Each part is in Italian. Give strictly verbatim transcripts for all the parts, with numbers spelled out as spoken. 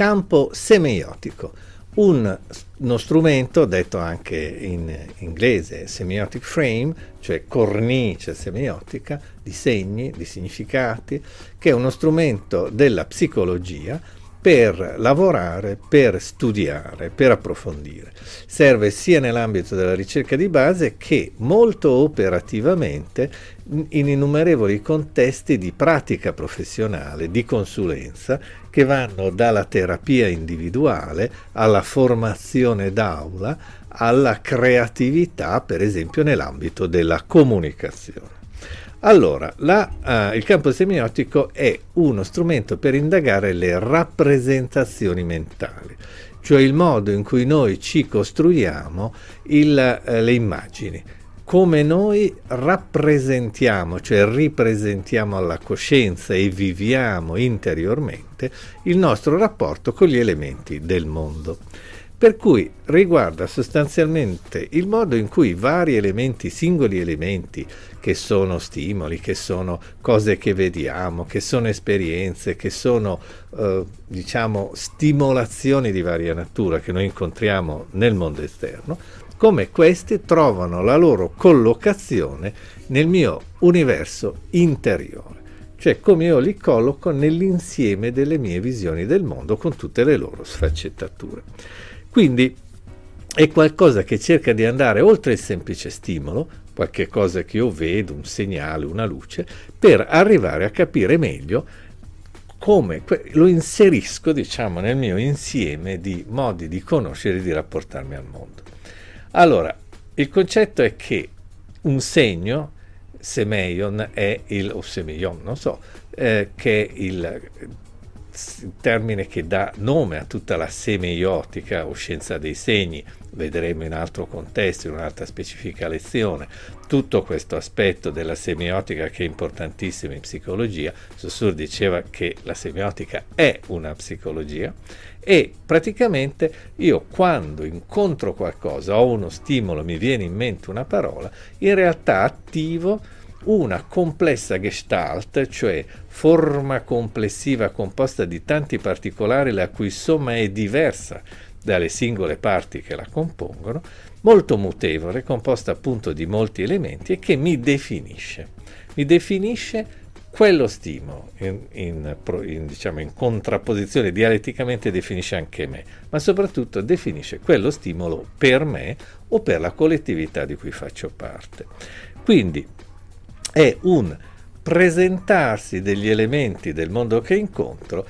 campo semiotico, un, uno strumento detto anche in inglese semiotic frame, cioè cornice semiotica di segni, di significati, che è uno strumento della psicologia per lavorare, per studiare, per approfondire. Serve sia nell'ambito della ricerca di base che molto operativamente in innumerevoli contesti di pratica professionale, di consulenza, che vanno dalla terapia individuale alla formazione d'aula, alla creatività, per esempio nell'ambito della comunicazione. Allora, la, uh, il campo semiotico è uno strumento per indagare le rappresentazioni mentali, cioè il modo in cui noi ci costruiamo il, uh, le immagini, come noi rappresentiamo, cioè ripresentiamo alla coscienza e viviamo interiormente il nostro rapporto con gli elementi del mondo. Per cui riguarda sostanzialmente il modo in cui vari elementi, singoli elementi, che sono stimoli, che sono cose che vediamo, che sono esperienze, che sono eh, diciamo stimolazioni di varia natura che noi incontriamo nel mondo esterno, come questi trovano la loro collocazione nel mio universo interiore, cioè come io li colloco nell'insieme delle mie visioni del mondo con tutte le loro sfaccettature. Quindi è qualcosa che cerca di andare oltre il semplice stimolo, qualche cosa che io vedo, un segnale, una luce, per arrivare a capire meglio come lo inserisco, diciamo, nel mio insieme di modi di conoscere e di rapportarmi al mondo. Allora, il concetto è che un segno, semeion, è il, o semeion, non so, eh, che è il il termine che dà nome a tutta la semeiotica o scienza dei segni, vedremo in altro contesto, in un'altra specifica lezione, tutto questo aspetto della semiotica che è importantissimo in psicologia. Saussure diceva che la semiotica è una psicologia e praticamente io quando incontro qualcosa, ho uno stimolo, mi viene in mente una parola, in realtà attivo una complessa gestalt, cioè forma complessiva composta di tanti particolari la cui somma è diversa dalle singole parti che la compongono, molto mutevole, composta appunto di molti elementi e che mi definisce. Mi definisce quello stimolo, in, in, in, diciamo, in contrapposizione dialetticamente definisce anche me, ma soprattutto definisce quello stimolo per me o per la collettività di cui faccio parte. Quindi è un presentarsi degli elementi del mondo che incontro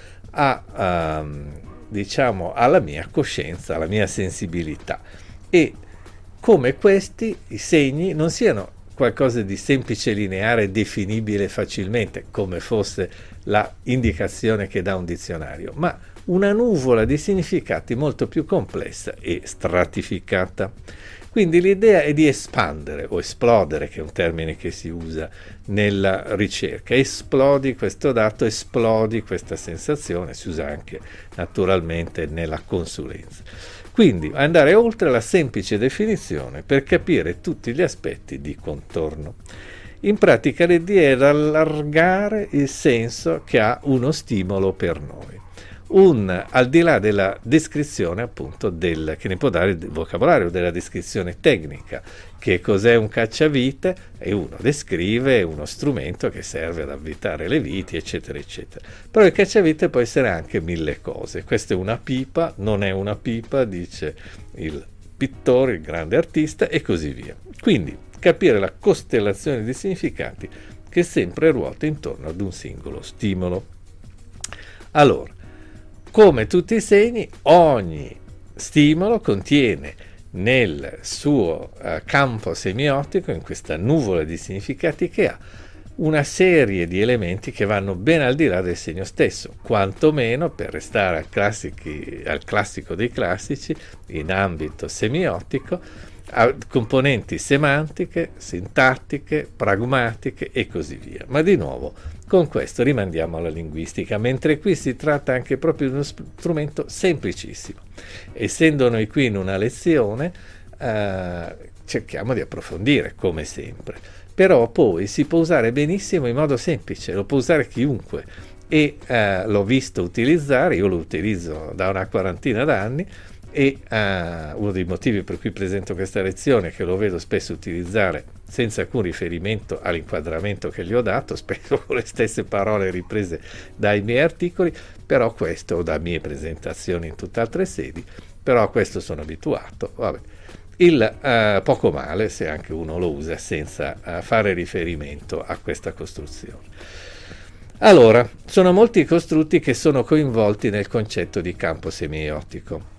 a, um, diciamo, alla mia coscienza, alla mia sensibilità, e come questi, i segni, non siano qualcosa di semplice, lineare, definibile facilmente, come fosse la indicazione che dà un dizionario, ma una nuvola di significati molto più complessa e stratificata. Quindi l'idea è di espandere o esplodere, che è un termine che si usa nella ricerca. Esplodi questo dato, esplodi questa sensazione, si usa anche naturalmente nella consulenza. Quindi andare oltre la semplice definizione per capire tutti gli aspetti di contorno. In pratica l'idea è allargare il senso che ha uno stimolo per noi. Un, al di là della descrizione appunto del, che ne può dare il vocabolario, della descrizione tecnica, che cos'è un cacciavite, e uno descrive, è uno strumento che serve ad avvitare le viti, eccetera eccetera. Però il cacciavite può essere anche mille cose. Questa è una pipa, non è una pipa, dice il pittore, il grande artista, e così via. Quindi capire la costellazione di significati che sempre ruota intorno ad un singolo stimolo. Allora, come tutti i segni, ogni stimolo contiene nel suo uh, campo semiotico, in questa nuvola di significati che ha, una serie di elementi che vanno ben al di là del segno stesso, quantomeno, per restare al, classici, al classico dei classici, in ambito semiotico, a componenti semantiche, sintattiche, pragmatiche e così via. Ma di nuovo, con questo rimandiamo alla linguistica, mentre qui si tratta anche proprio di uno strumento semplicissimo. Essendo noi qui in una lezione, eh, cerchiamo di approfondire, come sempre. Però poi si può usare benissimo in modo semplice, lo può usare chiunque. e eh, l'ho visto utilizzare, io lo utilizzo da una quarantina d'anni, e uh, uno dei motivi per cui presento questa lezione è che lo vedo spesso utilizzare senza alcun riferimento all'inquadramento che gli ho dato, spesso con le stesse parole riprese dai miei articoli, però questo, o da mie presentazioni in tutt'altre sedi, però a questo sono abituato. Vabbè. Il uh, poco male se anche uno lo usa senza uh, fare riferimento a questa costruzione. Allora, sono molti i costrutti che sono coinvolti nel concetto di campo semiotico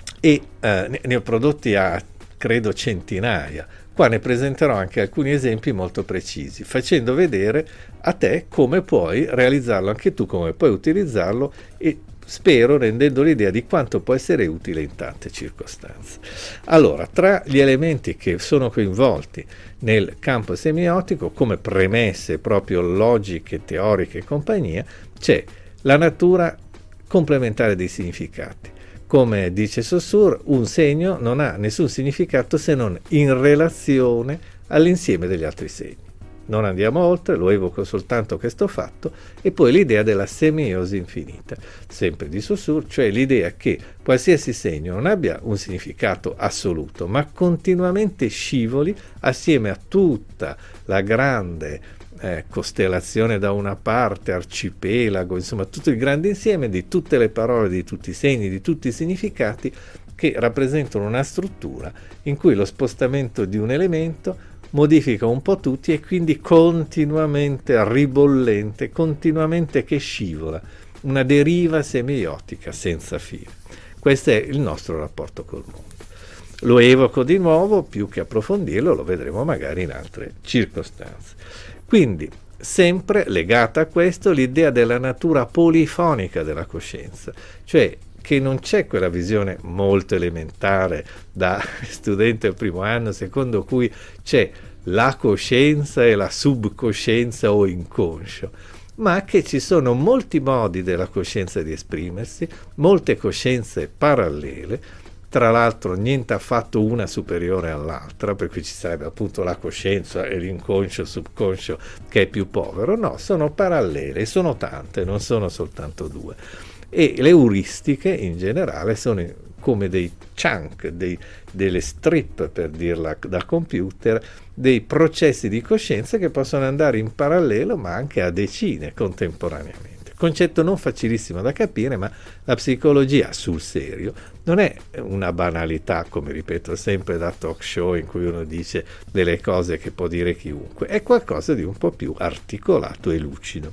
e eh, ne, ne ho prodotti a credo centinaia. Qua ne presenterò anche alcuni esempi molto precisi, facendo vedere a te come puoi realizzarlo anche tu, come puoi utilizzarlo, e spero rendendo l'idea di quanto può essere utile in tante circostanze. Allora, tra gli elementi che sono coinvolti nel campo semiotico come premesse proprio logiche, teoriche e compagnia, c'è la natura complementare dei significati. Come dice Saussure, un segno non ha nessun significato se non in relazione all'insieme degli altri segni. Non andiamo oltre, lo evoco soltanto questo fatto, e poi l'idea della semiosi infinita, sempre di Saussure, cioè l'idea che qualsiasi segno non abbia un significato assoluto, ma continuamente scivoli assieme a tutta la grande Eh, costellazione da una parte, arcipelago, insomma tutto il grande insieme di tutte le parole, di tutti i segni, di tutti i significati che rappresentano una struttura in cui lo spostamento di un elemento modifica un po' tutti e quindi continuamente ribollente, continuamente che scivola, una deriva semiotica senza fine. Questo è il nostro rapporto col mondo. Lo evoco di nuovo, più che approfondirlo, lo vedremo magari in altre circostanze. Quindi, sempre legata a questo, l'idea della natura polifonica della coscienza, cioè che non c'è quella visione molto elementare da studente al primo anno, secondo cui c'è la coscienza e la subcoscienza o inconscio, ma che ci sono molti modi della coscienza di esprimersi, molte coscienze parallele. Tra l'altro niente affatto una superiore all'altra, per cui ci sarebbe appunto la coscienza e l'inconscio subconscio che è più povero. No, sono parallele, sono tante, non sono soltanto due. E le euristiche in generale sono come dei chunk, dei, delle strip, per dirla da computer, dei processi di coscienza che possono andare in parallelo ma anche a decine contemporaneamente. Concetto non facilissimo da capire, ma la psicologia sul serio non è una banalità, come ripeto sempre da talk show in cui uno dice delle cose che può dire chiunque, è qualcosa di un po' più articolato e lucido.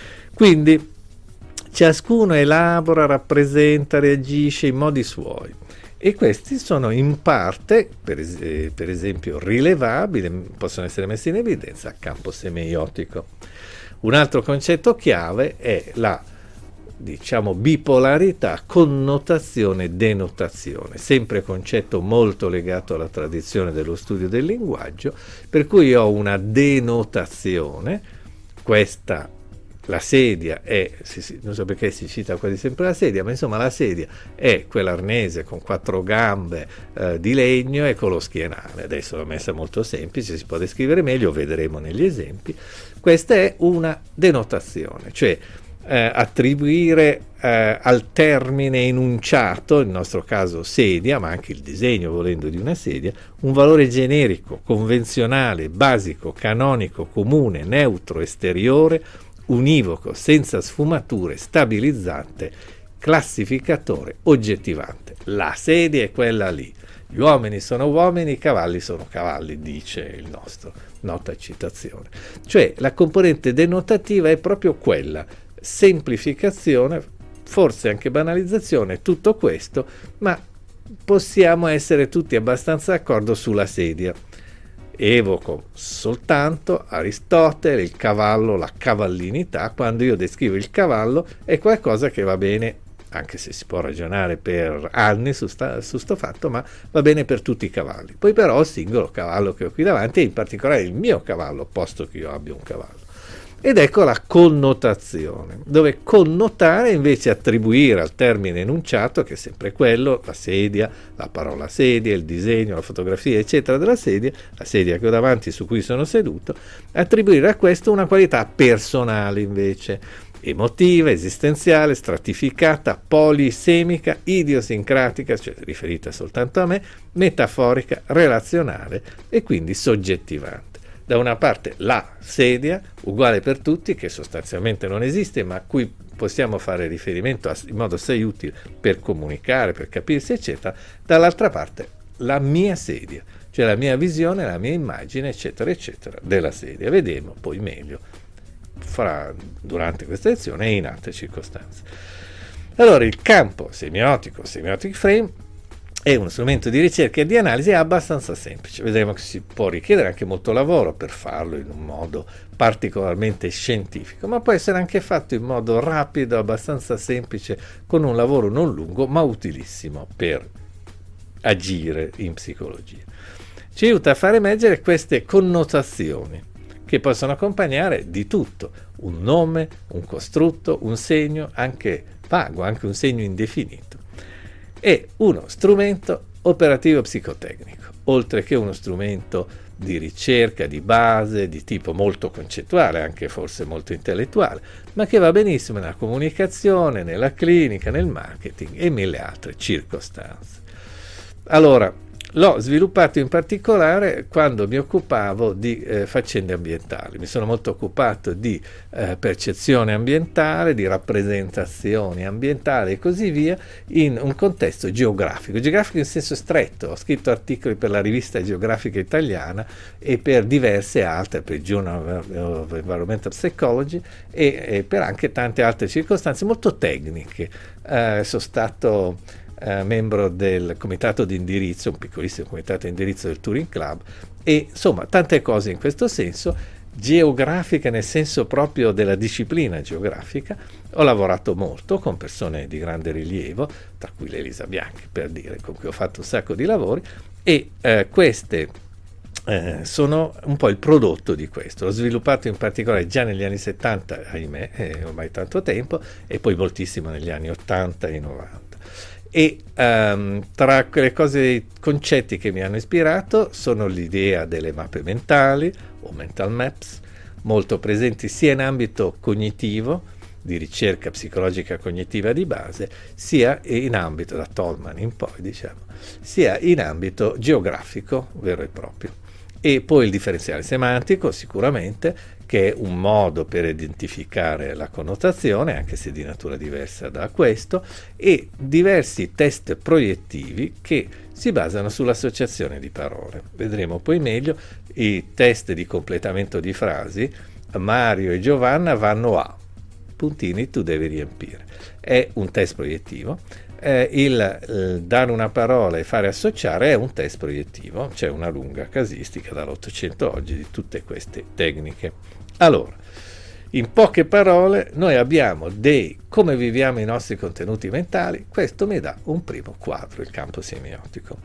Quindi ciascuno elabora, rappresenta, reagisce in modi suoi e questi sono in parte, per, es- per esempio, rilevabili, possono essere messi in evidenza a campo semiotico. Un altro concetto chiave è la, diciamo, bipolarità, connotazione, denotazione, sempre concetto molto legato alla tradizione dello studio del linguaggio, per cui ho una denotazione, questa, la sedia è, si, si, non so perché si cita quasi sempre la sedia, ma insomma la sedia è quell'arnese con quattro gambe eh, di legno e con lo schienale. Adesso l'ho messa molto semplice, si può descrivere meglio, vedremo negli esempi. Questa è una denotazione, cioè eh, attribuire eh, al termine enunciato, nel nostro caso sedia, ma anche il disegno volendo di una sedia, un valore generico, convenzionale, basico, canonico, comune, neutro, esteriore, univoco, senza sfumature, stabilizzante, classificatore, oggettivante. La sedia è quella lì. Gli uomini sono uomini, i cavalli sono cavalli, dice il nostro, nota citazione. Cioè la componente denotativa è proprio quella, semplificazione, forse anche banalizzazione, tutto questo, ma possiamo essere tutti abbastanza d'accordo sulla sedia. Evoco soltanto Aristotele, il cavallo, la cavallinità. Quando io descrivo il cavallo è qualcosa che va bene, anche se si può ragionare per anni su, sta, su sto fatto, ma va bene per tutti i cavalli. Poi però il singolo cavallo che ho qui davanti, e in particolare il mio cavallo, posto che io abbia un cavallo. Ed ecco la connotazione, dove connotare invece attribuire al termine enunciato, che è sempre quello, la sedia, la parola sedia, il disegno, la fotografia, eccetera della sedia, la sedia che ho davanti su cui sono seduto, attribuire a questo una qualità personale invece. emotiva, esistenziale, stratificata, polisemica, idiosincratica, cioè riferita soltanto a me, metaforica, relazionale e quindi soggettivante. Da una parte la sedia, uguale per tutti, che sostanzialmente non esiste, ma a cui possiamo fare riferimento in modo assai utile per comunicare, per capirsi, eccetera. Dall'altra parte la mia sedia, cioè la mia visione, la mia immagine, eccetera, eccetera, della sedia. Vedremo poi meglio fra, durante questa lezione e in altre circostanze. Allora, il campo semiotico, semiotic frame, è uno strumento di ricerca e di analisi abbastanza semplice. Vedremo che si può richiedere anche molto lavoro per farlo in un modo particolarmente scientifico, ma può essere anche fatto in modo rapido, abbastanza semplice, con un lavoro non lungo, ma utilissimo per agire in psicologia. Ci aiuta a far emergere queste connotazioni che possono accompagnare di tutto, un nome, un costrutto, un segno, anche vago, anche un segno indefinito. È uno strumento operativo psicotecnico, oltre che uno strumento di ricerca, di base, di tipo molto concettuale, anche forse molto intellettuale, ma che va benissimo nella comunicazione, nella clinica, nel marketing e mille altre circostanze. Allora, l'ho sviluppato in particolare quando mi occupavo di eh, faccende ambientali. Mi sono molto occupato di eh, percezione ambientale, di rappresentazioni ambientali e così via in un contesto geografico, geografico in senso stretto. Ho scritto articoli per la rivista geografica italiana e per diverse altre, per Journal of Environmental Psychology e, e per anche tante altre circostanze molto tecniche. Eh, sono stato Uh, membro del comitato di indirizzo, un piccolissimo comitato di indirizzo del Touring Club e insomma tante cose in questo senso, geografiche nel senso proprio della disciplina geografica. Ho lavorato molto con persone di grande rilievo, tra cui l'Elisa Bianchi per dire, con cui ho fatto un sacco di lavori e uh, queste uh, sono un po' il prodotto di questo. L'ho sviluppato in particolare già negli anni settanta, ahimè, eh, ormai tanto tempo, e poi moltissimo negli anni ottanta e novanta. E um, tra quelle cose, i concetti che mi hanno ispirato sono l'idea delle mappe mentali o mental maps, molto presenti sia in ambito cognitivo, di ricerca psicologica cognitiva di base, sia in ambito, da Tolman in poi diciamo, sia in ambito geografico vero e proprio. E poi il differenziale semantico sicuramente, che è un modo per identificare la connotazione, anche se di natura diversa da questo, e diversi test proiettivi che si basano sull'associazione di parole. Vedremo poi meglio i test di completamento di frasi. Mario e Giovanna vanno a puntini, tu devi riempire. È un test proiettivo. Eh, il eh, dare una parola e fare associare è un test proiettivo. C'è una lunga casistica dall'Ottocento oggi di tutte queste tecniche. Allora, in poche parole, noi abbiamo dei come viviamo i nostri contenuti mentali. Questo mi dà un primo quadro, il campo semiotico.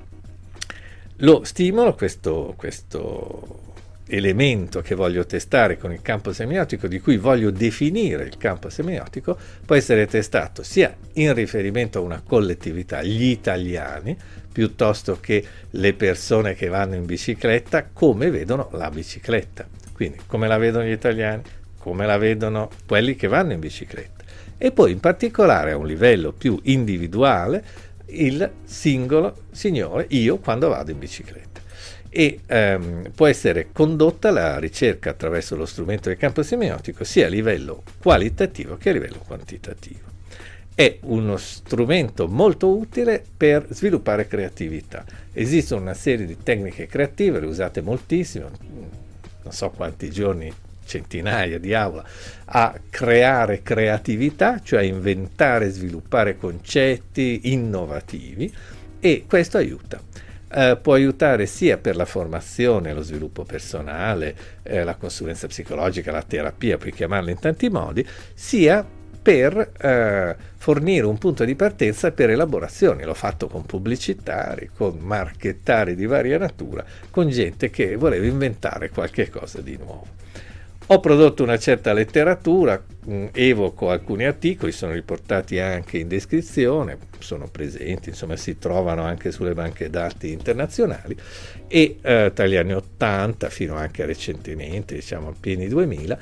Lo stimolo, questo, questo elemento che voglio testare con il campo semiotico, di cui voglio definire il campo semiotico, può essere testato sia in riferimento a una collettività, gli italiani, piuttosto che le persone che vanno in bicicletta, come vedono la bicicletta. Quindi come la vedono gli italiani, come la vedono quelli che vanno in bicicletta. E poi in particolare a un livello più individuale il singolo signore, io quando vado in bicicletta. E ehm, può essere condotta la ricerca attraverso lo strumento del campo semiotico sia a livello qualitativo che a livello quantitativo. È uno strumento molto utile per sviluppare creatività. Esistono una serie di tecniche creative, le usate moltissimo, non so quanti giorni, centinaia di aula, a creare creatività, cioè a inventare e sviluppare concetti innovativi, e questo aiuta. Uh, può aiutare sia per la formazione, lo sviluppo personale, eh, la consulenza psicologica, la terapia, puoi chiamarla in tanti modi, sia per uh, fornire un punto di partenza per elaborazioni. L'ho fatto con pubblicitari, con marchettari di varia natura, con gente che voleva inventare qualche cosa di nuovo. Ho prodotto una certa letteratura, mh, evoco alcuni articoli, sono riportati anche in descrizione, sono presenti, insomma si trovano anche sulle banche dati internazionali, e eh, tra gli anni ottanta fino anche recentemente, diciamo pieni duemila,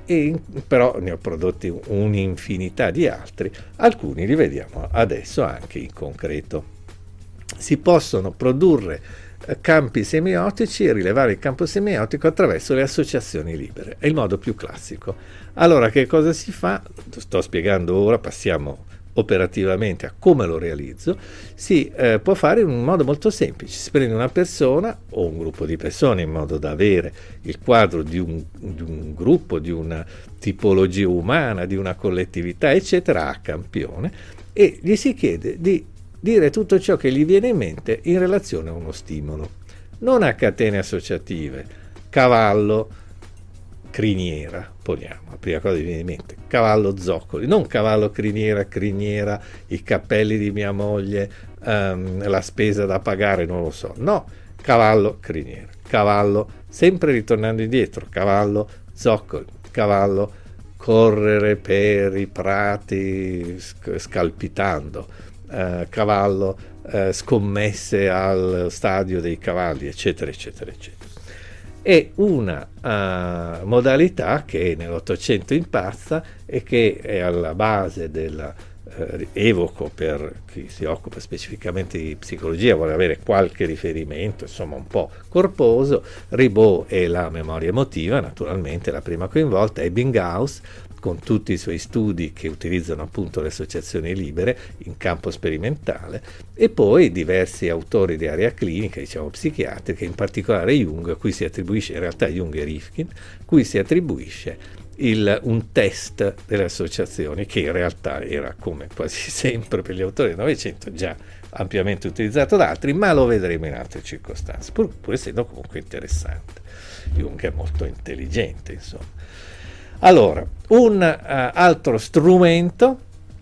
e, però ne ho prodotti un'infinità di altri, alcuni li vediamo adesso anche in concreto. Si possono produrre campi semiotici e rilevare il campo semiotico attraverso le associazioni libere, è il modo più classico. Allora che cosa si fa? Sto spiegando ora, passiamo operativamente a come lo realizzo. Si eh, può fare in un modo molto semplice: si prende una persona o un gruppo di persone in modo da avere il quadro di un, di un gruppo, di una tipologia umana, di una collettività eccetera a campione, e gli si chiede di dire tutto ciò che gli viene in mente in relazione a uno stimolo, non a catene associative. Cavallo, criniera, poniamo, la prima cosa che viene in mente, cavallo zoccoli, non cavallo, criniera, criniera, i cappelli di mia moglie, um, la spesa da pagare, non lo so, no, cavallo, criniera, cavallo, sempre ritornando indietro, cavallo, zoccoli, cavallo, correre per i prati sc- scalpitando, Uh, cavallo, uh, scommesse al stadio dei cavalli, eccetera, eccetera, eccetera. È una uh, modalità che nell'Ottocento impazza e che è alla base della, uh, evoco per chi si occupa specificamente di psicologia, vuole avere qualche riferimento, insomma un po' corposo. Ribot e la memoria emotiva, naturalmente la prima coinvolta, è Ebbinghaus, con tutti i suoi studi che utilizzano appunto le associazioni libere in campo sperimentale, e poi diversi autori di area clinica, diciamo psichiatrica, in particolare Jung, a cui si attribuisce, in realtà Jung e Rifkin, cui si attribuisce il, un test delle associazioni che in realtà era, come quasi sempre per gli autori del Novecento, già ampiamente utilizzato da altri, ma lo vedremo in altre circostanze, pur, pur essendo comunque interessante. Jung è molto intelligente, insomma. Allora, un uh, altro strumento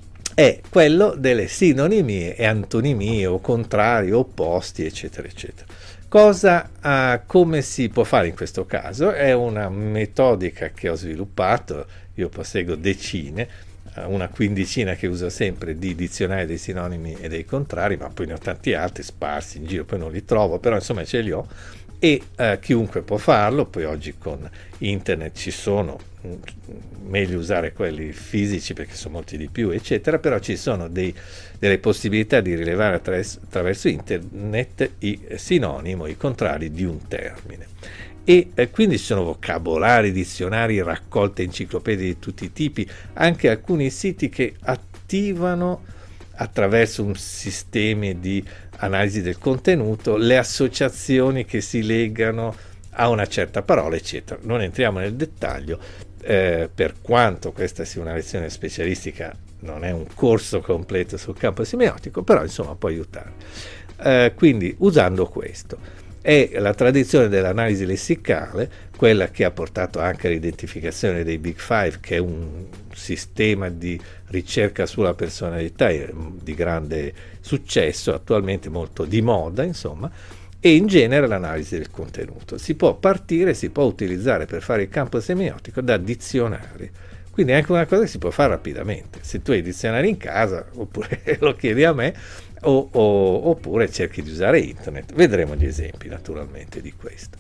è quello delle sinonimie e antonimie o contrari, opposti, eccetera, eccetera. Cosa, uh, come si può fare in questo caso? È una metodica che ho sviluppato, io posseggo decine, uh, una quindicina che uso sempre di dizionari dei sinonimi e dei contrari, ma poi ne ho tanti altri sparsi in giro, poi non li trovo, però insomma ce li ho. E eh, chiunque può farlo, poi oggi con internet ci sono, mh, meglio usare quelli fisici perché sono molti di più, eccetera, però ci sono dei, delle possibilità di rilevare attraverso, attraverso internet i sinonimi, i contrari di un termine. E eh, quindi ci sono vocabolari, dizionari, raccolte enciclopedie di tutti i tipi, anche alcuni siti che attivano attraverso un sistema di analisi del contenuto le associazioni che si legano a una certa parola, eccetera. Non entriamo nel dettaglio, eh, per quanto questa sia una lezione specialistica, non è un corso completo sul campo semiotico, però insomma può aiutare. Eh, quindi usando questo. È la tradizione dell'analisi lessicale, quella che ha portato anche all'identificazione dei Big Five, che è un sistema di ricerca sulla personalità di grande successo, attualmente molto di moda, insomma, e in genere l'analisi del contenuto. Si può partire, si può utilizzare per fare il campo semiotico da dizionari. Quindi è anche una cosa che si può fare rapidamente. Se tu hai i dizionari in casa, oppure lo chiedi a me, o, o, oppure cerchi di usare internet. Vedremo gli esempi naturalmente di questo.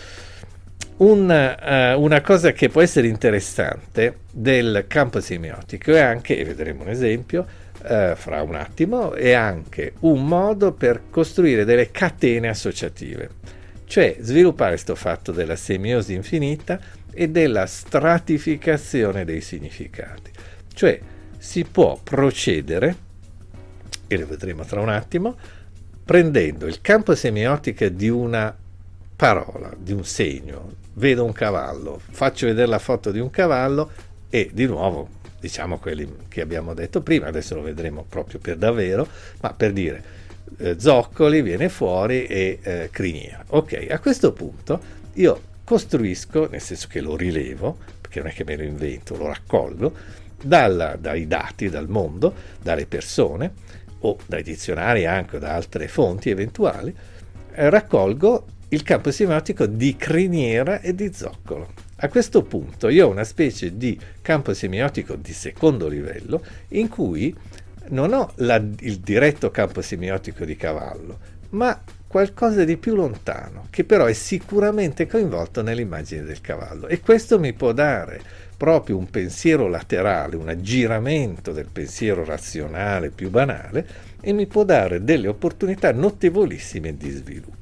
Una, uh, una cosa che può essere interessante del campo semiotico è anche, e vedremo un esempio uh, fra un attimo, è anche un modo per costruire delle catene associative, cioè sviluppare questo fatto della semiosi infinita e della stratificazione dei significati. Cioè si può procedere, e lo vedremo tra un attimo, prendendo il campo semiotico di una parola, di un segno. Vedo un cavallo, faccio vedere la foto di un cavallo e di nuovo diciamo quelli che abbiamo detto prima, adesso lo vedremo proprio per davvero, ma per dire eh, zoccoli viene fuori e eh, criniera. Ok, a questo punto io costruisco, nel senso che lo rilevo, perché non è che me lo invento, lo raccolgo dalla, dai dati, dal mondo, dalle persone o dai dizionari anche o da altre fonti eventuali, eh, raccolgo il campo semiotico di criniera e di zoccolo. A questo punto io ho una specie di campo semiotico di secondo livello in cui non ho la, il diretto campo semiotico di cavallo, ma qualcosa di più lontano, che però è sicuramente coinvolto nell'immagine del cavallo, e questo mi può dare proprio un pensiero laterale, un aggiramento del pensiero razionale più banale, e mi può dare delle opportunità notevolissime di sviluppo.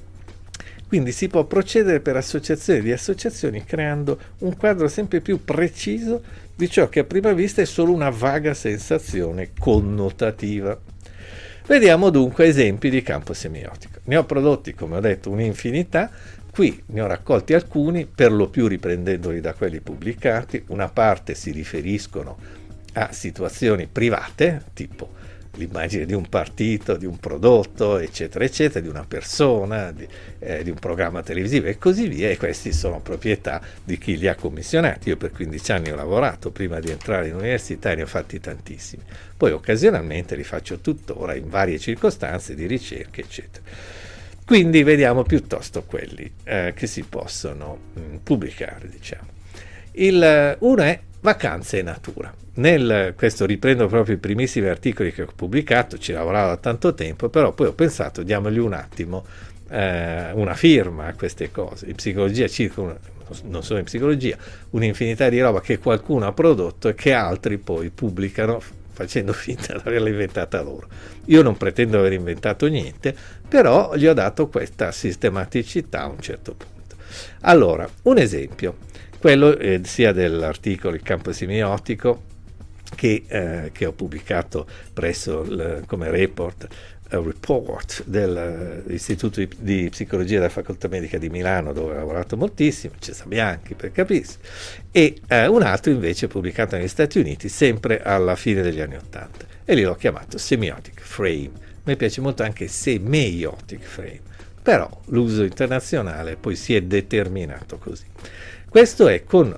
Quindi si può procedere per associazione di associazioni creando un quadro sempre più preciso di ciò che a prima vista è solo una vaga sensazione connotativa. Vediamo dunque esempi di campo semiotico. Ne ho prodotti, come ho detto, un'infinità. Qui ne ho raccolti alcuni, per lo più riprendendoli da quelli pubblicati. Una parte si riferiscono a situazioni private, tipo l'immagine di un partito, di un prodotto, eccetera, eccetera, di una persona, di, eh, di un programma televisivo e così via, e questi sono proprietà di chi li ha commissionati. Io per quindici anni ho lavorato, prima di entrare in università ne ho fatti tantissimi, poi occasionalmente li faccio tuttora in varie circostanze di ricerca, eccetera. Quindi vediamo piuttosto quelli eh, che si possono mh, pubblicare, diciamo. Il, uno è Vacanze e natura. Nel, questo riprendo proprio i primissimi articoli che ho pubblicato, ci lavoravo da tanto tempo, però poi ho pensato, diamogli un attimo eh, una firma a queste cose. In psicologia circola, non solo in psicologia, un'infinità di roba che qualcuno ha prodotto e che altri poi pubblicano facendo finta di averla inventata loro. Io non pretendo aver inventato niente, però gli ho dato questa sistematicità a un certo punto. Allora, un esempio, quello eh, sia dell'articolo Il campo semiotico, Che, eh, che ho pubblicato presso il, come report, uh, report dell'Istituto di, di Psicologia della Facoltà Medica di Milano, dove ho lavorato moltissimo, Cesare Bianchi per capirsi, e eh, un altro invece pubblicato negli Stati Uniti sempre alla fine degli anni Ottanta, e lì l'ho chiamato Semiotic Frame. Mi piace molto anche Semiotic Frame, però l'uso internazionale poi si è determinato così. Questo è con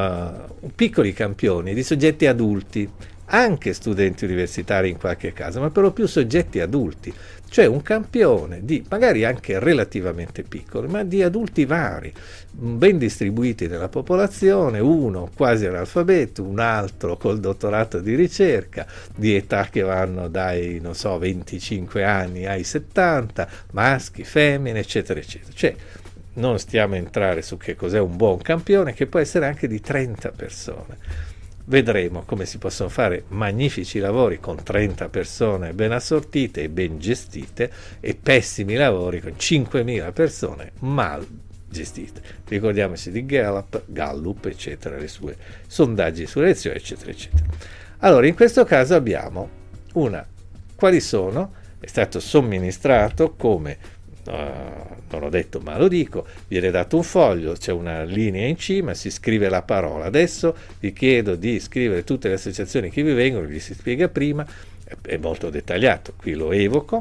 uh, piccoli campioni di soggetti adulti, anche studenti universitari in qualche caso, ma per lo più soggetti adulti, cioè un campione di magari anche relativamente piccolo, ma di adulti vari, ben distribuiti nella popolazione, uno quasi analfabeto, un altro col dottorato di ricerca, di età che vanno dai, non so, venticinque anni ai settanta, maschi, femmine, eccetera, eccetera. Cioè, non stiamo a entrare su che cos'è un buon campione, che può essere anche di trenta persone. Vedremo come si possono fare magnifici lavori con trenta persone ben assortite e ben gestite, e pessimi lavori con cinquemila persone mal gestite. Ricordiamoci di Gallup, Gallup, eccetera, le sue sondaggi sulle elezioni, eccetera, eccetera. Allora, in questo caso abbiamo una, quali sono, è stato somministrato come Uh, non l'ho detto ma lo dico, viene dato un foglio, c'è una linea in cima, si scrive la parola. Adesso vi chiedo di scrivere tutte le associazioni che vi vengono, vi si spiega prima, è molto dettagliato, qui lo evoco,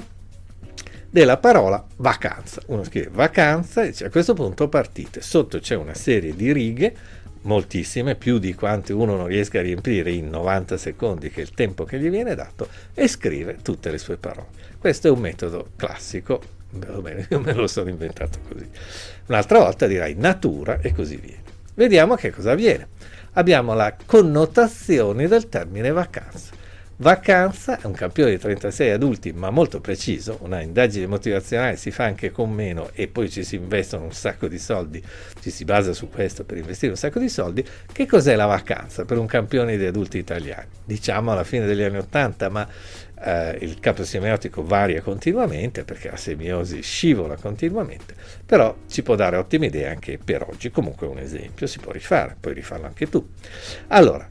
della parola vacanza. Uno scrive vacanza e dice, a questo punto partite, sotto c'è una serie di righe, moltissime, più di quante uno non riesca a riempire in novanta secondi, che è il tempo che gli viene dato, e scrive tutte le sue parole. Questo è un metodo classico. Bene, io me lo sono inventato così. Un'altra volta dirai natura e così via. Vediamo che cosa avviene. Abbiamo la connotazione del termine vacanza. Vacanza è un campione di trentasei adulti, ma molto preciso. Una indagine motivazionale si fa anche con meno e poi ci si investono un sacco di soldi, ci si basa su questo per investire un sacco di soldi. Che cos'è la vacanza per un campione di adulti italiani? Diciamo alla fine degli anni Ottanta, ma Uh, il campo semiotico varia continuamente perché la semiosi scivola continuamente, però ci può dare ottime idee anche per oggi. Comunque un esempio si può rifare, puoi rifarlo anche tu. Allora,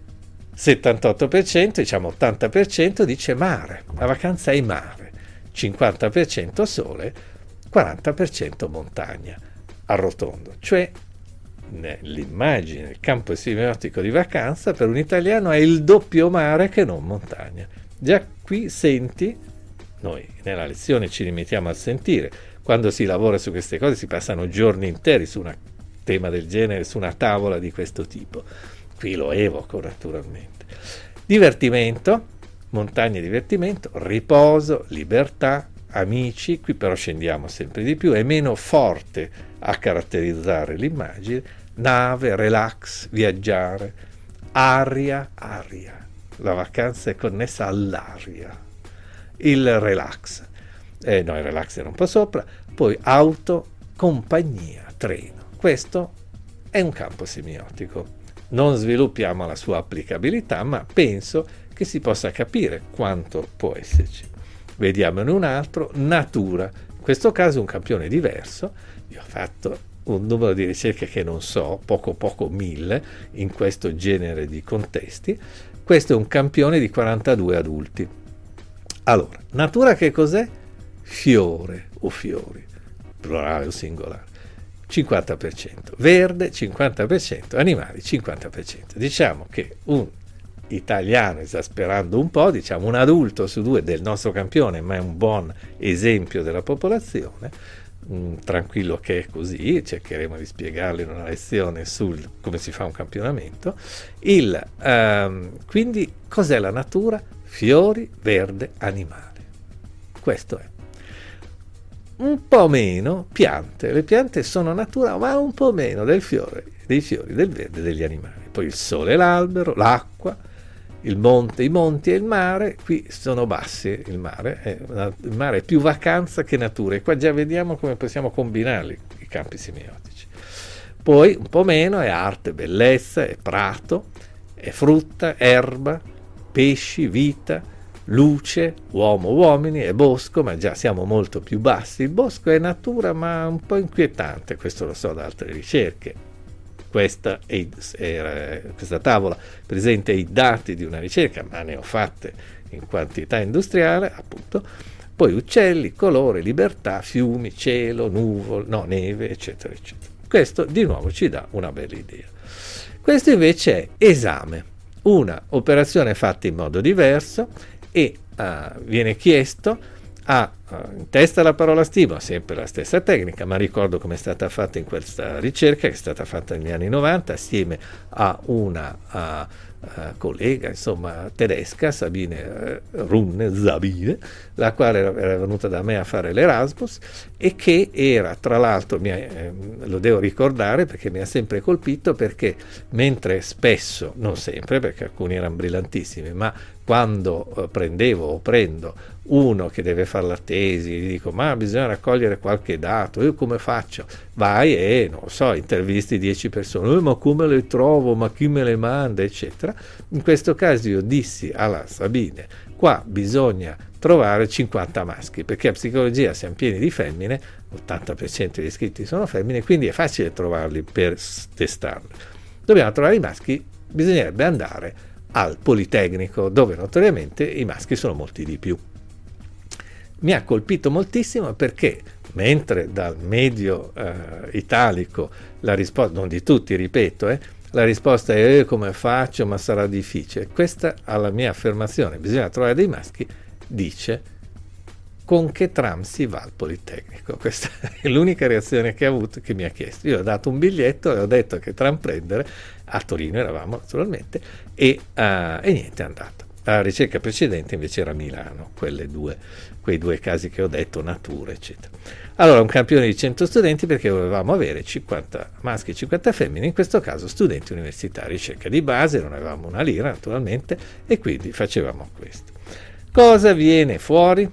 settantotto per cento, diciamo ottanta per cento dice mare, la vacanza è mare, cinquanta per cento sole, quaranta per cento montagna, arrotondo, cioè l'immagine, il campo semiotico di vacanza per un italiano è il doppio mare che non montagna. Già qui senti, noi nella lezione ci rimettiamo a sentire, quando si lavora su queste cose si passano giorni interi su un tema del genere, su una tavola di questo tipo. Qui lo evoco naturalmente. Divertimento, montagne divertimento, riposo, libertà, amici, qui però scendiamo sempre di più, è meno forte a caratterizzare l'immagine, nave, relax, viaggiare, aria, aria. La vacanza è connessa all'aria, il relax, eh, no, il relax era un po' sopra, poi auto, compagnia, treno. Questo è un campo semiotico, non sviluppiamo la sua applicabilità, ma penso che si possa capire quanto può esserci. Vediamone un altro, natura. In questo caso un campione diverso. Io ho fatto un numero di ricerche che non so, poco poco mille, in questo genere di contesti. Questo è un campione di quarantadue adulti. Allora, natura che cos'è? Fiore o fiori, plurale o singolare. cinquanta per cento, verde cinquanta per cento, animali cinquanta per cento. Diciamo che un italiano, esasperando un po', diciamo un adulto su due del nostro campione, ma è un buon esempio della popolazione, mh, tranquillo che è così, cercheremo di spiegarlo in una lezione sul come si fa un campionamento. Il, um, quindi cos'è la natura? Fiori, verde, animali. Questo è. Un po' meno piante, le piante sono natura, ma un po' meno del fiore, dei fiori, del verde, degli animali. Poi il sole, l'albero, l'acqua, il monte, i monti e il mare, qui sono bassi, il mare è, una, il mare è più vacanza che natura, e qua già vediamo come possiamo combinarli i campi semiotici. Poi un po' meno è arte, bellezza, è prato, è frutta, erba, pesci, vita, luce, uomo, uomini, è bosco, ma già siamo molto più bassi. Il bosco è natura, ma un po' inquietante, questo lo so da altre ricerche. Questa, è, è, questa tavola presenta i dati di una ricerca, ma ne ho fatte in quantità industriale, appunto. Poi uccelli, colore, libertà, fiumi, cielo, nuvole, no, neve, eccetera, eccetera. Questo di nuovo ci dà una bella idea. Questo invece è esame, una operazione fatta in modo diverso, e uh, viene chiesto a uh, in testa la parola stimolo, sempre la stessa tecnica, ma ricordo come è stata fatta in questa ricerca, che è stata fatta negli anni novanta assieme a una uh, uh, collega insomma tedesca, Sabine uh, Runne, Sabine, la quale era, era venuta da me a fare l'Erasmus, e che era, tra l'altro, mi, eh, lo devo ricordare perché mi ha sempre colpito, perché mentre spesso, non sempre perché alcuni erano brillantissimi, ma quando eh, prendevo o prendo uno che deve fare la tesi, gli dico ma bisogna raccogliere qualche dato, io come faccio? Vai e, non so, intervisti dieci persone, eh, ma come le trovo, ma chi me le manda, eccetera. In questo caso io dissi alla Sabine, qua bisogna trovare cinquanta maschi, perché a psicologia siamo pieni di femmine, l'ottanta per cento degli iscritti sono femmine, quindi è facile trovarli per testarli. Dobbiamo trovare i maschi, bisognerebbe andare al Politecnico, dove notoriamente i maschi sono molti di più. Mi ha colpito moltissimo perché mentre dal medio eh, italico la risposta, non di tutti ripeto, eh, la risposta è eh, come faccio, ma sarà difficile, questa alla mia affermazione bisogna trovare dei maschi dice con che tram si va al Politecnico. Questa è l'unica reazione che ha avuto, che mi ha chiesto. Io ho dato un biglietto e ho detto che tram prendere, a Torino eravamo naturalmente, e, uh, e niente, è andato. La ricerca precedente invece era a Milano, quelle due, quei due casi che ho detto, natura, eccetera. Allora, un campione di cento studenti perché volevamo avere cinquanta maschi e cinquanta femmine, in questo caso studenti universitari, ricerca di base, non avevamo una lira naturalmente, e quindi facevamo questo. Cosa viene fuori?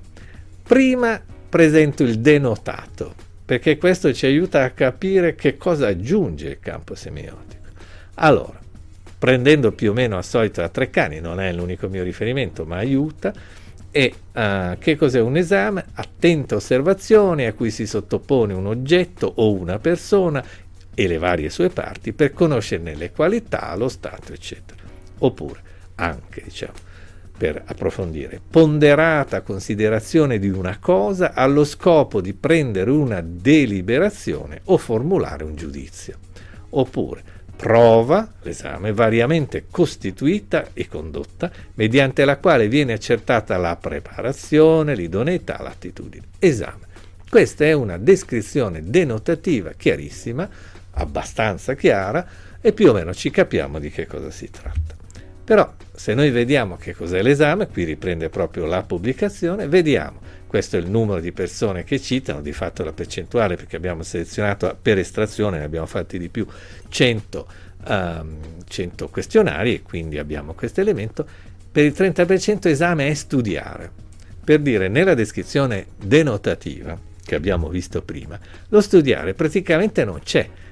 Prima presento il denotato, perché questo ci aiuta a capire che cosa aggiunge il campo semiotico. Allora, prendendo più o meno al solito da Treccani, non è l'unico mio riferimento, ma aiuta, e uh, che cos'è un esame? Attenta osservazione a cui si sottopone un oggetto o una persona e le varie sue parti per conoscerne le qualità, lo stato, eccetera. Oppure, anche, diciamo, per approfondire, ponderata considerazione di una cosa allo scopo di prendere una deliberazione o formulare un giudizio. Oppure, prova, l'esame, variamente costituita e condotta, mediante la quale viene accertata la preparazione, l'idoneità, l'attitudine. Esame. Questa è una descrizione denotativa chiarissima, abbastanza chiara, e più o meno ci capiamo di che cosa si tratta. Però se noi vediamo che cos'è l'esame, qui riprende proprio la pubblicazione, vediamo, questo è il numero di persone che citano, di fatto la percentuale, perché abbiamo selezionato per estrazione, ne abbiamo fatti di più, cento, um, cento questionari, e quindi abbiamo questo elemento. Per il trenta per cento esame è studiare, per dire nella descrizione denotativa, che abbiamo visto prima, lo studiare praticamente non c'è,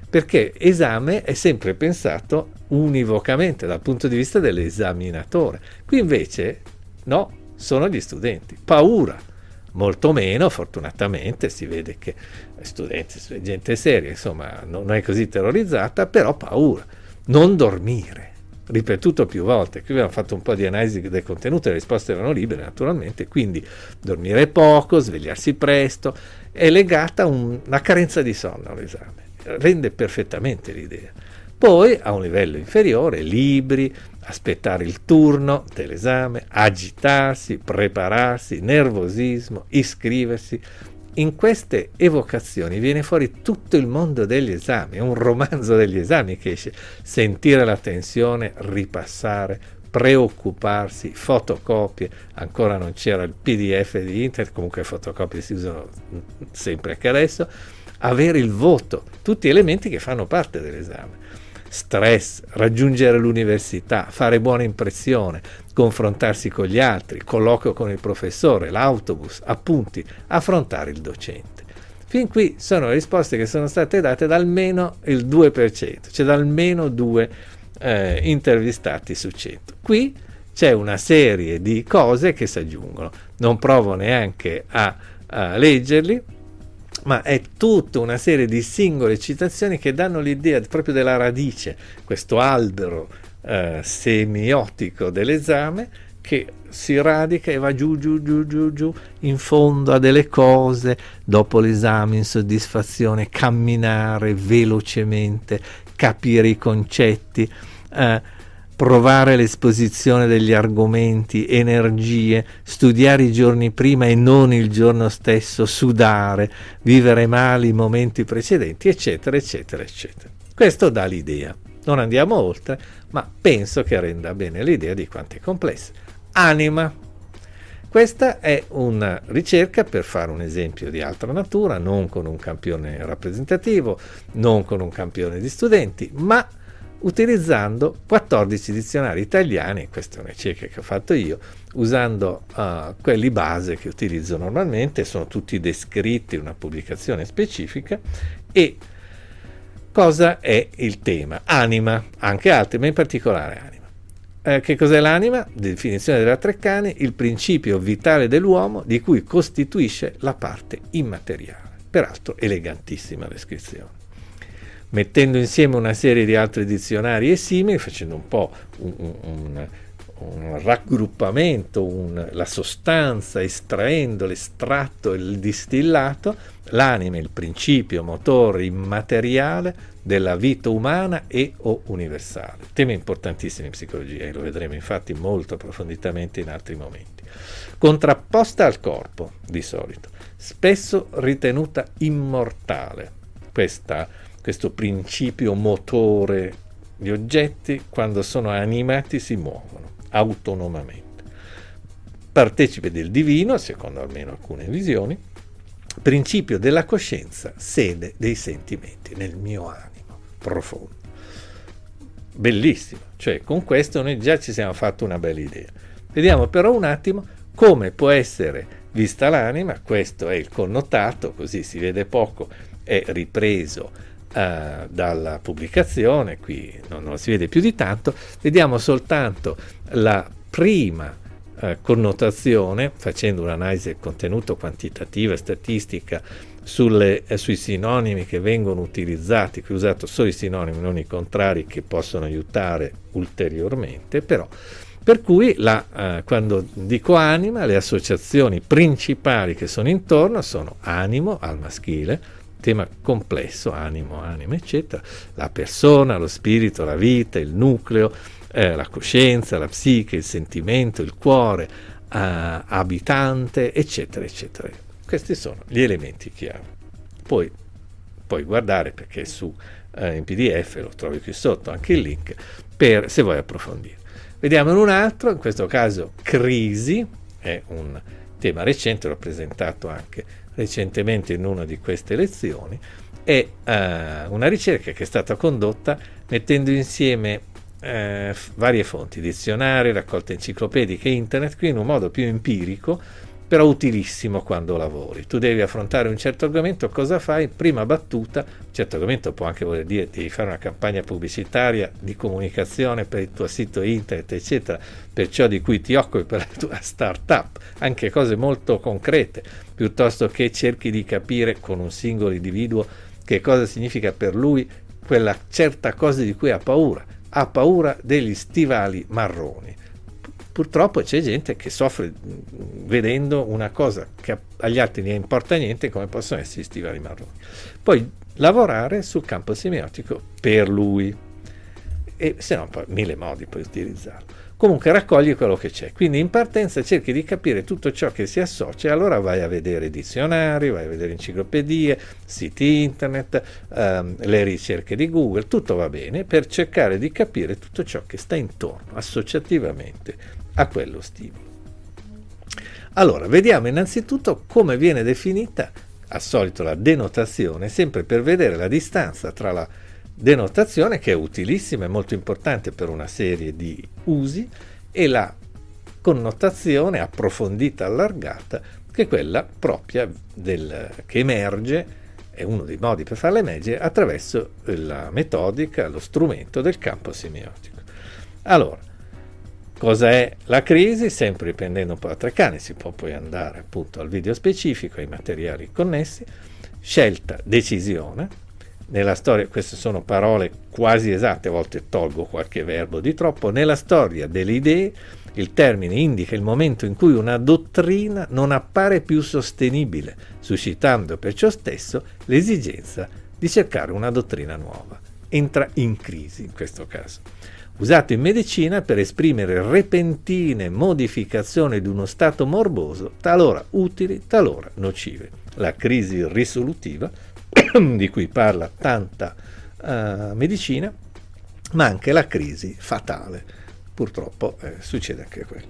perché esame è sempre pensato univocamente dal punto di vista dell'esaminatore. Qui invece no, sono gli studenti. Paura, molto meno, fortunatamente si vede che studenti, gente seria, insomma, non è così terrorizzata, però paura. Non dormire, ripetuto più volte. Qui abbiamo fatto un po' di analisi del contenuto, le risposte erano libere naturalmente, quindi dormire poco, svegliarsi presto, è legata a un, una carenza di sonno all'esame, rende perfettamente l'idea. Poi a un livello inferiore, libri, aspettare il turno dell'esame, agitarsi, prepararsi, nervosismo, iscriversi. In queste evocazioni viene fuori tutto il mondo degli esami, è un romanzo degli esami che esce. Sentire la tensione, ripassare, preoccuparsi, fotocopie, ancora non c'era il P D F di internet, comunque fotocopie si usano sempre anche adesso, avere il voto, tutti elementi che fanno parte dell'esame. Stress, raggiungere l'università, fare buona impressione, confrontarsi con gli altri, colloquio con il professore, l'autobus, appunti, affrontare il docente. Fin qui sono le risposte che sono state date da almeno il due per cento, cioè da almeno due eh, intervistati su cento. Qui c'è una serie di cose che si aggiungono, non provo neanche a, a leggerli, ma è tutta una serie di singole citazioni che danno l'idea proprio della radice, questo albero eh, semiotico dell'esame che si radica e va giù giù giù giù giù in fondo a delle cose, dopo l'esame, insoddisfazione, camminare velocemente, capire i concetti, eh, provare l'esposizione degli argomenti, energie, studiare i giorni prima e non il giorno stesso, sudare, vivere male i momenti precedenti, eccetera, eccetera, eccetera. Questo dà l'idea. Non andiamo oltre, ma penso che renda bene l'idea di quanto è complessa. Anima. Questa è una ricerca per fare un esempio di altra natura, non con un campione rappresentativo, non con un campione di studenti, ma utilizzando quattordici dizionari italiani. Questa è una ricerca che ho fatto io, usando uh, quelli base che utilizzo normalmente, sono tutti descritti in una pubblicazione specifica. E cosa è il tema? Anima, anche altri, ma in particolare anima. Eh, che cos'è l'anima? Definizione della Treccani: il principio vitale dell'uomo di cui costituisce la parte immateriale. Peraltro elegantissima descrizione. Mettendo insieme una serie di altri dizionari e simili, facendo un po' un, un, un raggruppamento, un, la sostanza, estraendo l'estratto e il distillato, l'anima è il principio motore immateriale della vita umana e o universale. Tema importantissimo in psicologia, e lo vedremo infatti molto approfonditamente in altri momenti. Contrapposta al corpo, di solito, spesso ritenuta immortale. Questa Questo principio motore di oggetti, quando sono animati, si muovono autonomamente. Partecipe del divino, secondo almeno alcune visioni, principio della coscienza, sede dei sentimenti nel mio animo profondo. Bellissimo, cioè con questo noi già ci siamo fatti una bella idea. Vediamo però un attimo come può essere vista l'anima. Questo è il connotato, così si vede poco, è ripreso Uh, dalla pubblicazione, qui non, non si vede più di tanto, vediamo soltanto la prima uh, connotazione, facendo un'analisi del contenuto quantitativa e statistica sulle, eh, sui sinonimi che vengono utilizzati. Qui ho usato solo i sinonimi, non i contrari, che possono aiutare ulteriormente, però per cui la, uh, quando dico anima, le associazioni principali che sono intorno sono animo al maschile, tema complesso, animo, anima, eccetera, la persona, lo spirito, la vita, il nucleo, eh, la coscienza, la psiche, il sentimento, il cuore, eh, abitante, eccetera, eccetera. Questi sono gli elementi chiave. Poi puoi guardare, perché su eh, in P D F lo trovi qui sotto anche il link, per se vuoi approfondire. Vediamo in un altro, in questo caso crisi, è un tema recente, l'ho presentato anche recentemente in una di queste lezioni. È uh, una ricerca che è stata condotta mettendo insieme uh, varie fonti, dizionari, raccolte enciclopediche, internet, qui in un modo più empirico, però utilissimo quando lavori. Tu devi affrontare un certo argomento, cosa fai? Prima battuta, un certo argomento può anche voler dire devi fare una campagna pubblicitaria di comunicazione per il tuo sito internet, eccetera, per ciò di cui ti occupi, per la tua startup, anche cose molto concrete, piuttosto che cerchi di capire con un singolo individuo che cosa significa per lui quella certa cosa di cui ha paura. Ha paura degli stivali marroni. Purtroppo c'è gente che soffre vedendo una cosa che agli altri ne importa niente, come possono essere gli stivali marroni. Poi lavorare sul campo semiotico per lui, e se no poi mille modi per utilizzarlo. Comunque raccogli quello che c'è, quindi in partenza cerchi di capire tutto ciò che si associa, e allora vai a vedere dizionari, vai a vedere enciclopedie, siti internet, ehm, le ricerche di Google, tutto va bene per cercare di capire tutto ciò che sta intorno associativamente a quello stimolo. Allora, vediamo innanzitutto come viene definita, al solito la denotazione, sempre per vedere la distanza tra la denotazione, che è utilissima e molto importante per una serie di usi, e la connotazione approfondita, allargata, che è quella propria del, che emerge, è uno dei modi per farla emergere, attraverso la metodica, lo strumento del campo semiotico. Allora, cosa è la crisi? Sempre riprendendo un po' da Treccani, si può poi andare appunto al video specifico, ai materiali connessi. Scelta, decisione. Nella storia, queste sono parole quasi esatte, a volte tolgo qualche verbo di troppo. Nella storia delle idee, il termine indica il momento in cui una dottrina non appare più sostenibile, suscitando perciò stesso l'esigenza di cercare una dottrina nuova. Entra in crisi in questo caso. Usato in medicina per esprimere repentine modificazioni di uno stato morboso, talora utili, talora nocive. La crisi risolutiva, di cui parla tanta uh, medicina, ma anche la crisi fatale. Purtroppo eh, succede anche quello.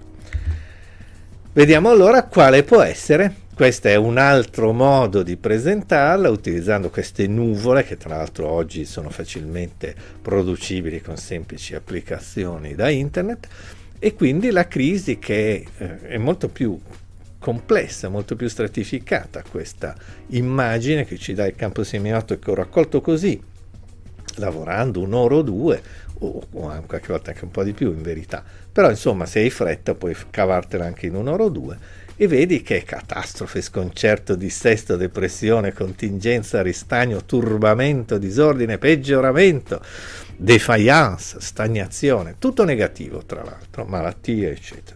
Vediamo allora quale può essere. Questo è un altro modo di presentarla, utilizzando queste nuvole, che tra l'altro oggi sono facilmente producibili con semplici applicazioni da internet, e quindi la crisi, che è, eh, è molto più complessa, molto più stratificata, questa immagine che ci dà il campo semiotico, che ho raccolto così, lavorando un'ora o due, o, o anche qualche volta anche un po' di più in verità, però insomma se hai fretta puoi cavartela anche in un'ora o due, e vedi che catastrofe, sconcerto, dissesto, depressione, contingenza, ristagno, turbamento, disordine, peggioramento, defiance, stagnazione, tutto negativo tra l'altro, malattie eccetera.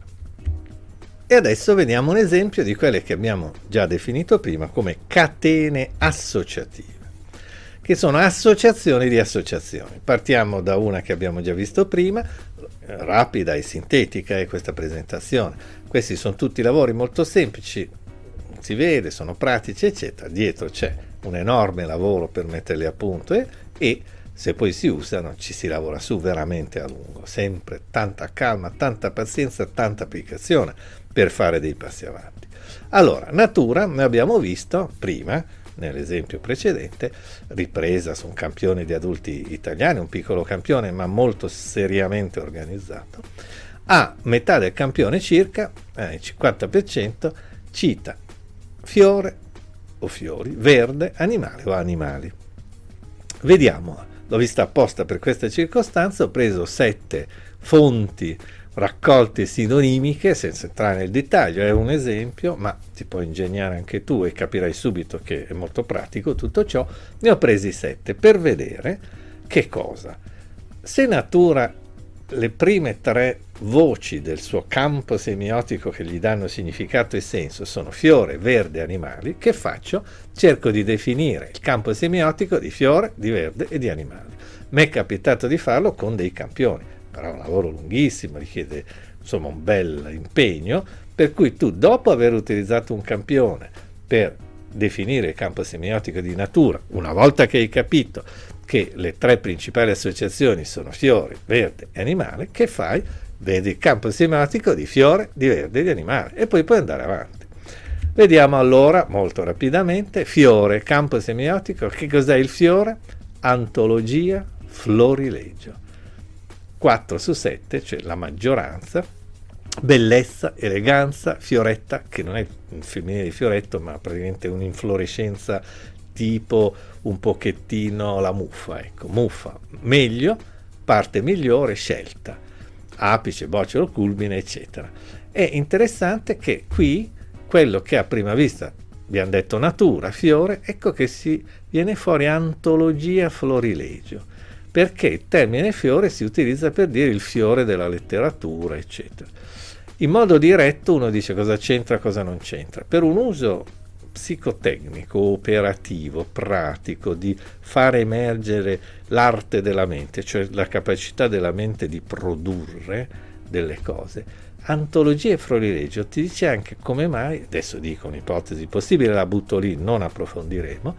E adesso vediamo un esempio di quelle che abbiamo già definito prima come catene associative, che sono associazioni di associazioni. Partiamo da una che abbiamo già visto prima, rapida e sintetica è questa presentazione. Questi sono tutti lavori molto semplici, si vede, sono pratici eccetera, dietro c'è un enorme lavoro per metterli a punto e, e se poi si usano ci si lavora su veramente a lungo, sempre tanta calma, tanta pazienza, tanta applicazione per fare dei passi avanti. Allora, natura, ne abbiamo visto prima, nell'esempio precedente, ripresa su un campione di adulti italiani, un piccolo campione ma molto seriamente organizzato. A metà del campione circa, eh, il cinquanta per cento, cita fiore o fiori, verde, animale o animali. Vediamo, l'ho vista apposta per questa circostanza, ho preso sette fonti raccolte sinonimiche, senza entrare nel dettaglio, è un esempio, ma ti puoi ingegnare anche tu e capirai subito che è molto pratico tutto ciò. Ne ho presi sette per vedere che cosa. Se natura, le prime tre voci del suo campo semiotico che gli danno significato e senso sono fiore, verde, animali, che faccio? Cerco di definire il campo semiotico di fiore, di verde e di animali. Mi è capitato di farlo con dei campioni, però è un lavoro lunghissimo, richiede insomma un bel impegno, per cui tu, dopo aver utilizzato un campione per definire il campo semiotico di natura, una volta che hai capito che le tre principali associazioni sono fiore, verde e animale, che fai? Vedi il campo semiotico di fiore, di verde e di animale, e poi puoi andare avanti. Vediamo allora molto rapidamente. Fiore, campo semiotico. Che cos'è il fiore? Antologia, florilegio. quattro su sette, cioè la maggioranza, bellezza, eleganza, fioretta, che non è un femminile di fioretto, ma praticamente un'inflorescenza tipo un pochettino la muffa, ecco, muffa, meglio, parte migliore, scelta, apice, bocciolo, culmine, eccetera. È interessante che qui quello che a prima vista abbiamo detto natura, fiore, ecco che si viene fuori antologia florilegio, perché il termine fiore si utilizza per dire il fiore della letteratura, eccetera. In modo diretto uno dice cosa c'entra, cosa non c'entra. Per un uso psicotecnico, operativo, pratico, di fare emergere l'arte della mente, cioè la capacità della mente di produrre delle cose, antologia e florilegio ti dice anche come mai, adesso dico un'ipotesi possibile, la butto lì, non approfondiremo,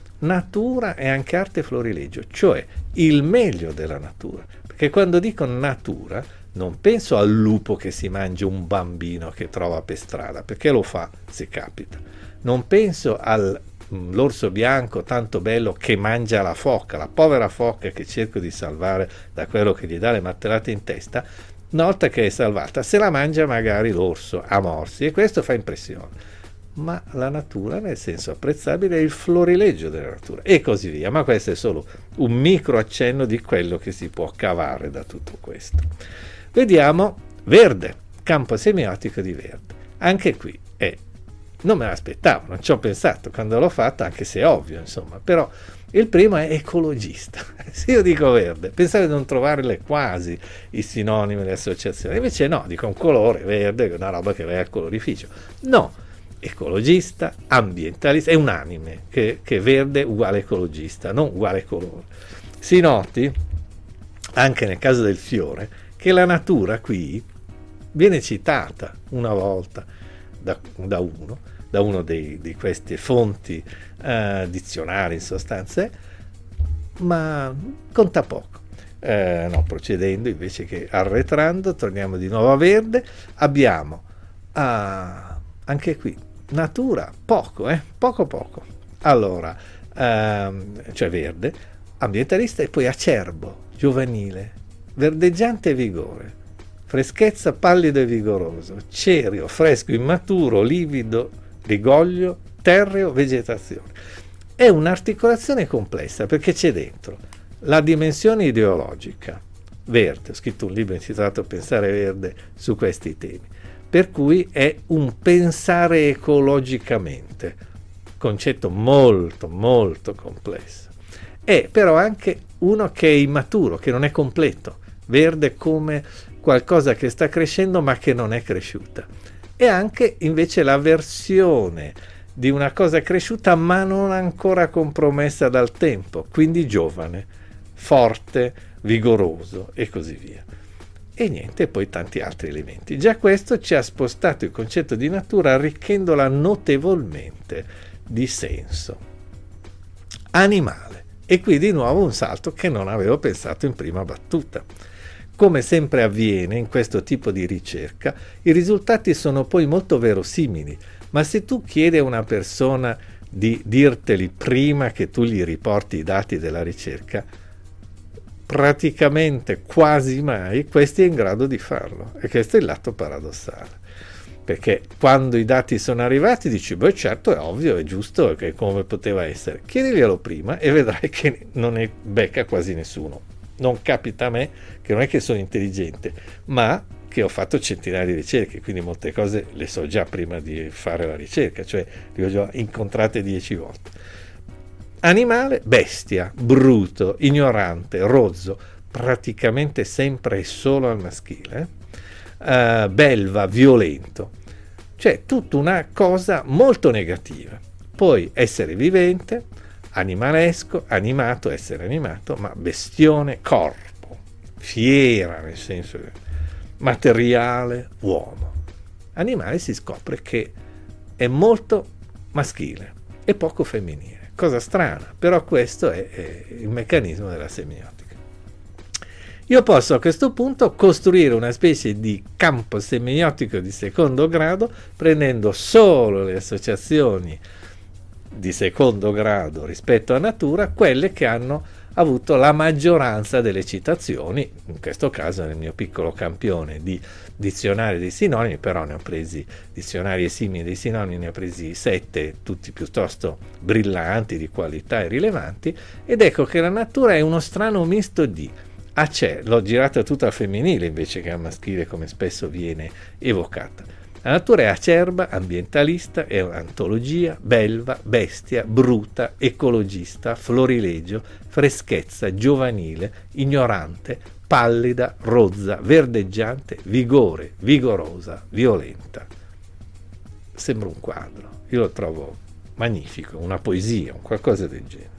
natura è anche arte e florilegio, cioè il meglio della natura, perché quando dico natura non penso al lupo che si mangia un bambino che trova per strada, perché lo fa se capita, non penso all'orso bianco tanto bello che mangia la foca, la povera foca che cerco di salvare da quello che gli dà le martellate in testa, una volta che è salvata se la mangia magari l'orso a morsi e questo fa impressione. Ma la natura nel senso apprezzabile è il florilegio della natura e così via, ma questo è solo un micro accenno di quello che si può cavare da tutto questo. Vediamo verde, campo semiotico di verde. Anche qui è, non me l'aspettavo, non ci ho pensato quando l'ho fatta, anche se è ovvio, insomma, però il primo è ecologista. Se io dico verde, pensavo di non trovarle quasi i sinonimi, le associazioni, invece no, dico un colore verde, che è una roba che va al colorificio. No, ecologista, ambientalista, è unanime che, che verde uguale ecologista, non uguale colore. Si noti, anche nel caso del fiore, che la natura qui viene citata una volta da, da uno, da uno dei, di queste fonti eh, dizionari in sostanza, ma conta poco. Eh, no, procedendo invece che arretrando, torniamo di nuovo a verde, abbiamo ah, anche qui natura, poco, eh? poco poco. Allora, ehm, cioè verde, ambientalista e poi acerbo, giovanile, verdeggiante e vigore, freschezza pallido e vigoroso, cerio, fresco, immaturo, livido, rigoglio, terreo, vegetazione. È un'articolazione complessa perché c'è dentro la dimensione ideologica, verde, ho scritto un libro intitolato Pensare Verde su questi temi, per cui è un pensare ecologicamente, concetto molto molto complesso. È però anche uno che è immaturo, che non è completo, verde come qualcosa che sta crescendo ma che non è cresciuta. E anche invece la versione di una cosa cresciuta ma non ancora compromessa dal tempo, quindi giovane, forte, vigoroso e così via. E niente, poi tanti altri elementi. Già questo ci ha spostato il concetto di natura arricchendola notevolmente di senso. Animale. E qui di nuovo un salto che non avevo pensato in prima battuta. Come sempre avviene in questo tipo di ricerca, i risultati sono poi molto verosimili, ma se tu chiedi a una persona di dirteli prima che tu gli riporti i dati della ricerca, praticamente quasi mai questi è in grado di farlo. E questo è il lato paradossale. Perché quando i dati sono arrivati dici, beh certo, è ovvio, è giusto, che come poteva essere. Chiediglielo prima e vedrai che non ne becca quasi nessuno. Non capita a me, che non è che sono intelligente, ma che ho fatto centinaia di ricerche, quindi molte cose le so già prima di fare la ricerca, cioè le ho già incontrate dieci volte. Animale, bestia, bruto, ignorante, rozzo, praticamente sempre e solo al maschile, uh, belva, violento, cioè tutta una cosa molto negativa. Poi essere vivente, animalesco, animato, essere animato, ma bestione, corpo, fiera nel senso materiale, uomo. Animale si scopre che è molto maschile e poco femminile. Cosa strana, però questo è, è il meccanismo della semiotica. Io posso a questo punto costruire una specie di campo semiotico di secondo grado prendendo solo le associazioni di secondo grado rispetto a natura, quelle che hanno avuto la maggioranza delle citazioni, in questo caso nel mio piccolo campione di dizionari dei sinonimi, però ne ho presi dizionari esimili dei sinonimi, ne ho presi sette, tutti piuttosto brillanti, di qualità e rilevanti, ed ecco che la natura è uno strano misto di acer, l'ho girata tutta al femminile invece che al maschile come spesso viene evocata. La natura è acerba, ambientalista, è un'antologia, belva, bestia, bruta, ecologista, florilegio, freschezza, giovanile, ignorante, pallida, rozza, verdeggiante, vigore, vigorosa, violenta. Sembra un quadro, io lo trovo magnifico, una poesia, un qualcosa del genere.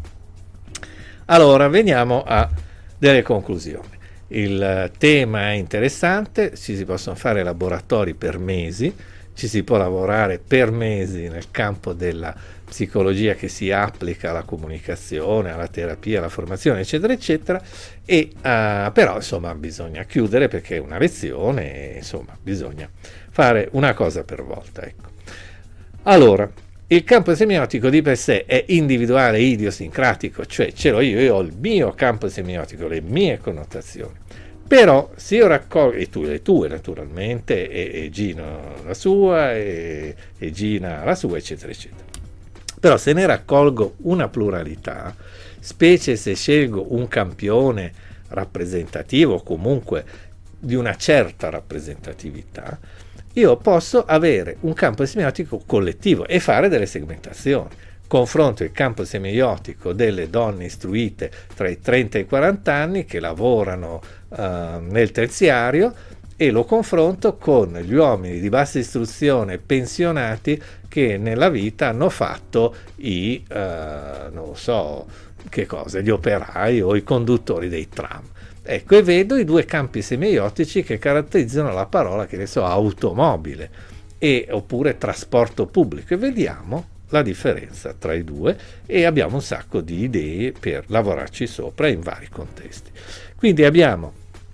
Allora, veniamo a delle conclusioni. Il tema è interessante, ci si possono fare laboratori per mesi, ci si può lavorare per mesi nel campo della psicologia che si applica alla comunicazione, alla terapia, alla formazione, eccetera, eccetera, e uh, però insomma bisogna chiudere perché è una lezione e insomma bisogna fare una cosa per volta. Ecco. Allora, il campo semiotico di per sé è individuale, idiosincratico, cioè ce l'ho io, io ho il mio campo semiotico, le mie connotazioni. Però se io raccolgo, e tu le tue naturalmente, e, e Gino la sua, e, e Gina la sua, eccetera, eccetera. Però se ne raccolgo una pluralità, specie se scelgo un campione rappresentativo, comunque di una certa rappresentatività, io posso avere un campo semiotico collettivo e fare delle segmentazioni. Confronto il campo semiotico delle donne istruite tra i trenta e i quaranta anni che lavorano uh, nel terziario e lo confronto con gli uomini di bassa istruzione pensionati che nella vita hanno fatto i, uh, non so che cosa, gli operai o i conduttori dei tram. Ecco, e vedo i due campi semiotici che caratterizzano la parola, che ne so, automobile e, oppure trasporto pubblico, e vediamo la differenza tra i due e abbiamo un sacco di idee per lavorarci sopra in vari contesti. Quindi abbiamo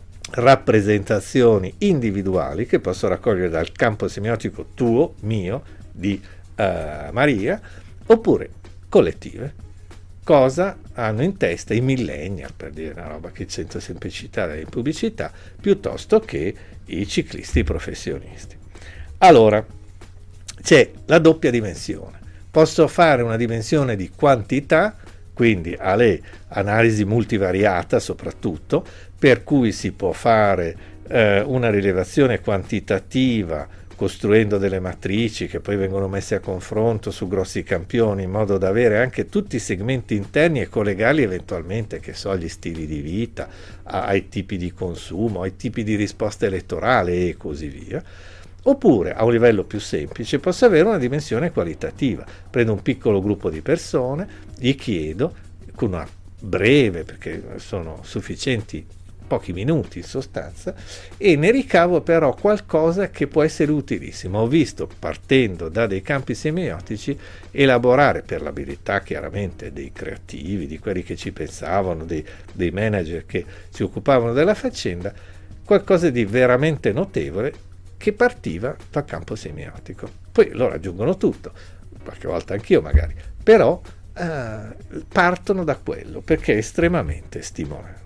rappresentazioni individuali che posso raccogliere dal campo semiotico tuo, mio, di uh, Maria, oppure collettive. Cosa hanno in testa i millennial, per dire una roba che sento sempre citare in pubblicità, piuttosto che i ciclisti professionisti. Allora, c'è la doppia dimensione. Posso fare una dimensione di quantità, quindi alle analisi multivariata soprattutto, per cui si può fare eh, una rilevazione quantitativa costruendo delle matrici che poi vengono messe a confronto su grossi campioni in modo da avere anche tutti i segmenti interni e collegarli eventualmente, che so, agli stili di vita, ai tipi di consumo, ai tipi di risposta elettorale e così via. Oppure a un livello più semplice posso avere una dimensione qualitativa. Prendo un piccolo gruppo di persone, gli chiedo con una breve, perché sono sufficienti pochi minuti in sostanza, e ne ricavo però qualcosa che può essere utilissimo. Ho visto, partendo da dei campi semiotici, elaborare, per l'abilità chiaramente dei creativi, di quelli che ci pensavano, dei, dei manager che si occupavano della faccenda, qualcosa di veramente notevole che partiva dal campo semiotico. Poi loro aggiungono tutto, qualche volta anch'io magari, però eh, partono da quello perché è estremamente stimolante.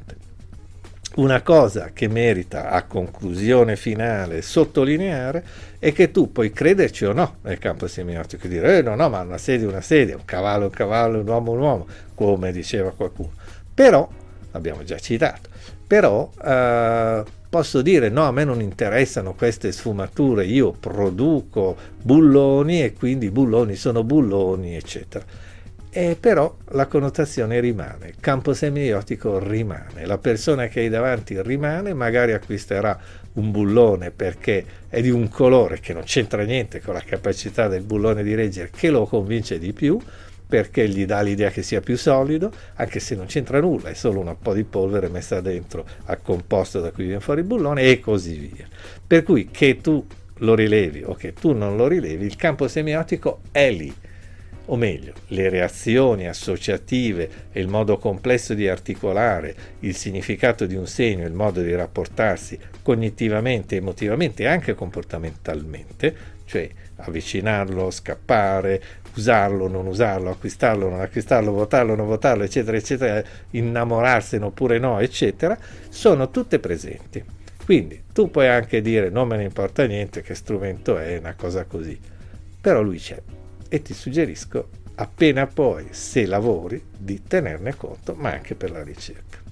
Una cosa che merita a conclusione finale sottolineare è che tu puoi crederci o no nel campo semiotico e dire eh, no no ma una sedia è una sedia, un cavallo è un cavallo, un uomo è un uomo, come diceva qualcuno, però l'abbiamo già citato, però eh, posso dire no, a me non interessano queste sfumature, io produco bulloni e quindi i bulloni sono bulloni, eccetera. E però la connotazione rimane, il campo semiotico rimane, la persona che hai davanti rimane, magari acquisterà un bullone perché è di un colore che non c'entra niente con la capacità del bullone di reggere, che lo convince di più, perché gli dà l'idea che sia più solido, anche se non c'entra nulla, è solo un po' di polvere messa dentro al composto da cui viene fuori il bullone e così via. Per cui che tu lo rilevi o che tu non lo rilevi, il campo semiotico è lì. o meglio, le reazioni associative e il modo complesso di articolare il significato di un segno, il modo di rapportarsi cognitivamente, emotivamente e anche comportamentalmente, cioè avvicinarlo, scappare, usarlo, non usarlo, acquistarlo, non acquistarlo, votarlo, non votarlo, eccetera, eccetera, innamorarsene oppure no, eccetera, sono tutte presenti. Quindi tu puoi anche dire non me ne importa niente, che strumento è, una cosa così, però lui c'è e ti suggerisco appena poi, se lavori, di tenerne conto, ma anche per la ricerca.